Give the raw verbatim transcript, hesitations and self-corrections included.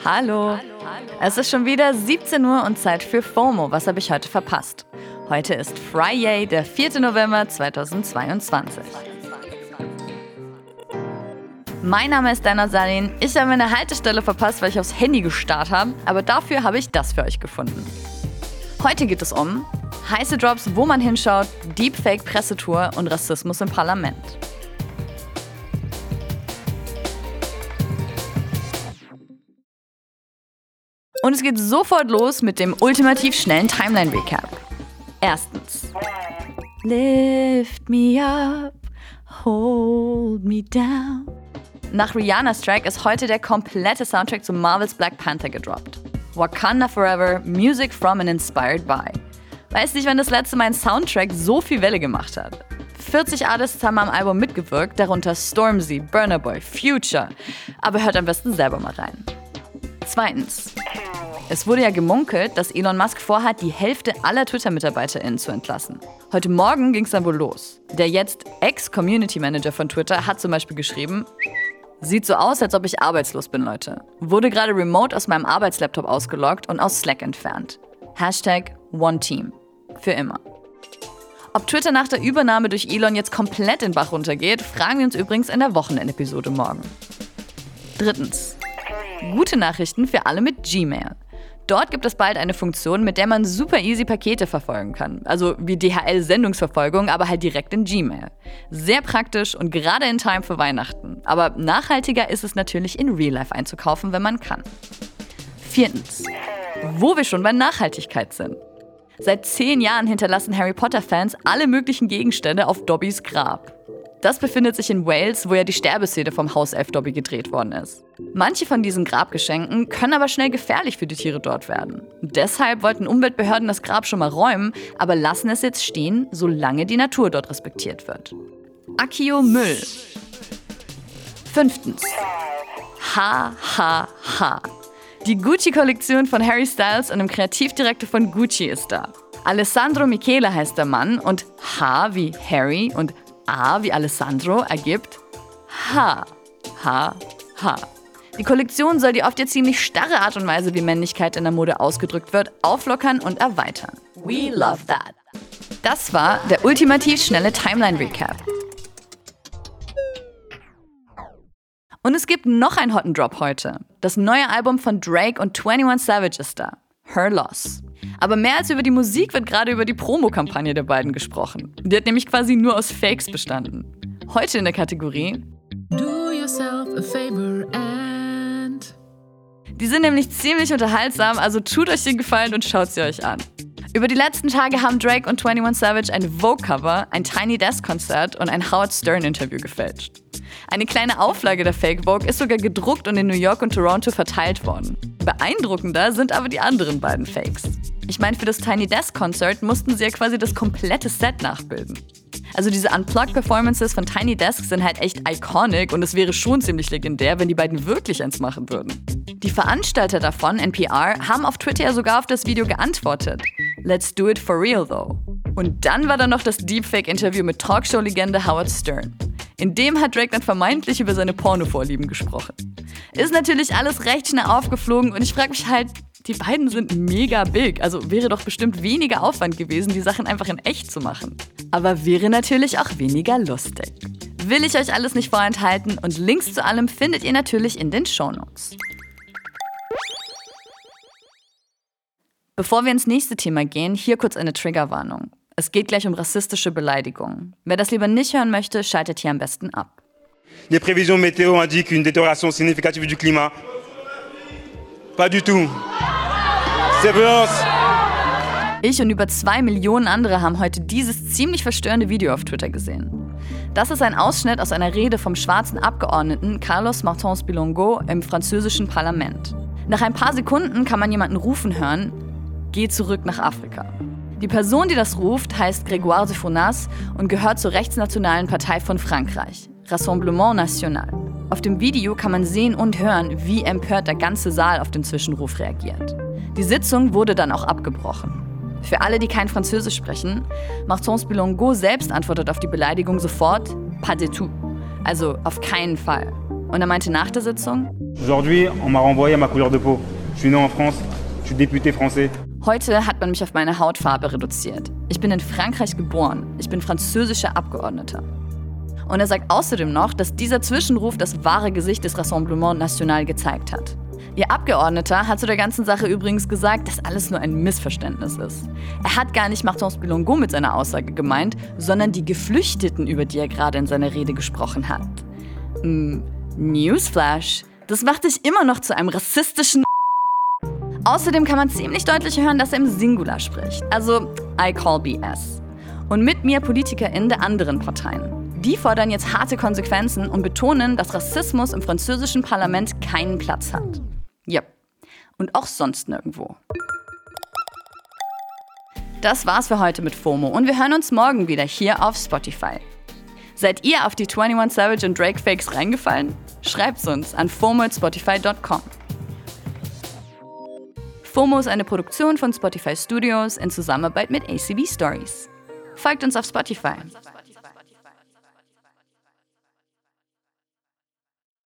Hallo. Es ist schon wieder siebzehn Uhr und Zeit für FOMO. Was habe ich heute verpasst? Heute ist Friday, der vierte November zweitausendzweiundzwanzig. Mein Name ist Dana Salin. Ich habe meine Haltestelle verpasst, weil ich aufs Handy gestarrt habe. Aber dafür habe ich das für euch gefunden. Heute geht es um heiße Drops, wo man hinschaut, Deepfake-Pressetour und Rassismus im Parlament. Und es geht sofort los mit dem ultimativ schnellen Timeline-Recap. Erstens. Lift me up, hold me down. Nach Rihannas Track ist heute der komplette Soundtrack zu Marvel's Black Panther gedroppt. Wakanda Forever, Music from and Inspired by. Weiß nicht, wann das letzte Mal ein Soundtrack so viel Welle gemacht hat. vierzig Artists haben am Album mitgewirkt, darunter Stormzy, Burna Boy, Future. Aber hört am besten selber mal rein. Zweitens. Es wurde ja gemunkelt, dass Elon Musk vorhat, die Hälfte aller Twitter-MitarbeiterInnen zu entlassen. Heute Morgen ging es dann wohl los. Der jetzt Ex-Community-Manager von Twitter hat zum Beispiel geschrieben: Sieht so aus, als ob ich arbeitslos bin, Leute. Wurde gerade remote aus meinem Arbeitslaptop ausgeloggt und aus Slack entfernt. Hashtag OneTeam. Für immer. Ob Twitter nach der Übernahme durch Elon jetzt komplett den Bach runtergeht, fragen wir uns übrigens in der Wochenendepisode morgen. Drittens. Gute Nachrichten für alle mit Gmail. Dort gibt es bald eine Funktion, mit der man super easy Pakete verfolgen kann. Also wie D H L-Sendungsverfolgung, aber halt direkt in Gmail. Sehr praktisch und gerade in Time für Weihnachten. Aber nachhaltiger ist es natürlich in Real Life einzukaufen, wenn man kann. Viertens. Wo wir schon bei Nachhaltigkeit sind. Seit zehn Jahren hinterlassen Harry Potter-Fans alle möglichen Gegenstände auf Dobbys Grab. Das befindet sich in Wales, wo ja die Sterbeszene vom Hauself Dobby gedreht worden ist. Manche von diesen Grabgeschenken können aber schnell gefährlich für die Tiere dort werden. Deshalb wollten Umweltbehörden das Grab schon mal räumen, aber lassen es jetzt stehen, solange die Natur dort respektiert wird. Akio Müll. Fünftens. Ha, ha, ha. Die Gucci-Kollektion von Harry Styles und dem Kreativdirektor von Gucci ist da. Alessandro Michele heißt der Mann und H wie Harry und A wie Alessandro ergibt H. H. H. Die Kollektion soll die oft ja ziemlich starre Art und Weise, wie Männlichkeit in der Mode ausgedrückt wird, auflockern und erweitern. We love that. Das war der ultimativ schnelle Timeline-Recap. Und es gibt noch einen hotten Drop heute. Das neue Album von Drake und einundzwanzig Savage ist da. Her Loss. Aber mehr als über die Musik wird gerade über die Promokampagne der beiden gesprochen. Die hat nämlich quasi nur aus Fakes bestanden. Heute in der Kategorie Do yourself a favor and... Die sind nämlich ziemlich unterhaltsam, also tut euch den Gefallen und schaut sie euch an. Über die letzten Tage haben Drake und einundzwanzig Savage ein Vogue-Cover, ein Tiny Desk-Konzert und ein Howard Stern-Interview gefälscht. Eine kleine Auflage der Fake Vogue ist sogar gedruckt und in New York und Toronto verteilt worden. Beeindruckender sind aber die anderen beiden Fakes. Ich meine, für das Tiny Desk Concert mussten sie ja quasi das komplette Set nachbilden. Also diese Unplugged-Performances von Tiny Desk sind halt echt iconic und es wäre schon ziemlich legendär, wenn die beiden wirklich eins machen würden. Die Veranstalter davon, N P R, haben auf Twitter ja sogar auf das Video geantwortet. Let's do it for real though. Und dann war da noch das Deepfake-Interview mit Talkshow-Legende Howard Stern. In dem hat Drake dann vermeintlich über seine Pornovorlieben gesprochen. Ist natürlich alles recht schnell aufgeflogen und ich frage mich halt, die beiden sind mega big, also wäre doch bestimmt weniger Aufwand gewesen, die Sachen einfach in echt zu machen. Aber wäre natürlich auch weniger lustig. Will ich euch alles nicht vorenthalten und Links zu allem findet ihr natürlich in den Shownotes. Bevor wir ins nächste Thema gehen, hier kurz eine Triggerwarnung. Es geht gleich um rassistische Beleidigungen. Wer das lieber nicht hören möchte, schaltet hier am besten ab. Les prévisions météo indiquent une détérioration significative du climat. Pas du tout. C'est violence. Ich und über zwei Millionen andere haben heute dieses ziemlich verstörende Video auf Twitter gesehen. Das ist ein Ausschnitt aus einer Rede vom schwarzen Abgeordneten Carlos Martins Bilongo im französischen Parlament. Nach ein paar Sekunden kann man jemanden rufen hören: Geh zurück nach Afrika. Die Person, die das ruft, heißt Grégoire de Founas und gehört zur rechtsnationalen Partei von Frankreich, Rassemblement National. Auf dem Video kann man sehen und hören, wie empört der ganze Saal auf den Zwischenruf reagiert. Die Sitzung wurde dann auch abgebrochen. Für alle, die kein Französisch sprechen, Martins Bilongo selbst antwortet auf die Beleidigung sofort « pas du tout », also auf keinen Fall. Und er meinte nach der Sitzung: Aujourd'hui, on m'a renvoyé à ma couleur de peau. Je suis né en France, je suis député français. Heute hat man mich auf meine Hautfarbe reduziert. Ich bin in Frankreich geboren. Ich bin französischer Abgeordneter. Und er sagt außerdem noch, dass dieser Zwischenruf das wahre Gesicht des Rassemblement National gezeigt hat. Ihr Abgeordneter hat zu der ganzen Sache übrigens gesagt, dass alles nur ein Missverständnis ist. Er hat gar nicht Martins Bilongo mit seiner Aussage gemeint, sondern die Geflüchteten, über die er gerade in seiner Rede gesprochen hat. Hm, Newsflash, das macht dich immer noch zu einem rassistischen. Außerdem kann man ziemlich deutlich hören, dass er im Singular spricht. Also, I call B S. Und mit mir PolitikerInnen der anderen Parteien. Die fordern jetzt harte Konsequenzen und betonen, dass Rassismus im französischen Parlament keinen Platz hat. Ja, und auch sonst nirgendwo. Das war's für heute mit FOMO und wir hören uns morgen wieder hier auf Spotify. Seid ihr auf die einundzwanzig Savage und Drake Fakes reingefallen? Schreibt's uns an fomo at spotify dot com. FOMO ist eine Produktion von Spotify Studios in Zusammenarbeit mit A C B Stories. Folgt uns auf Spotify.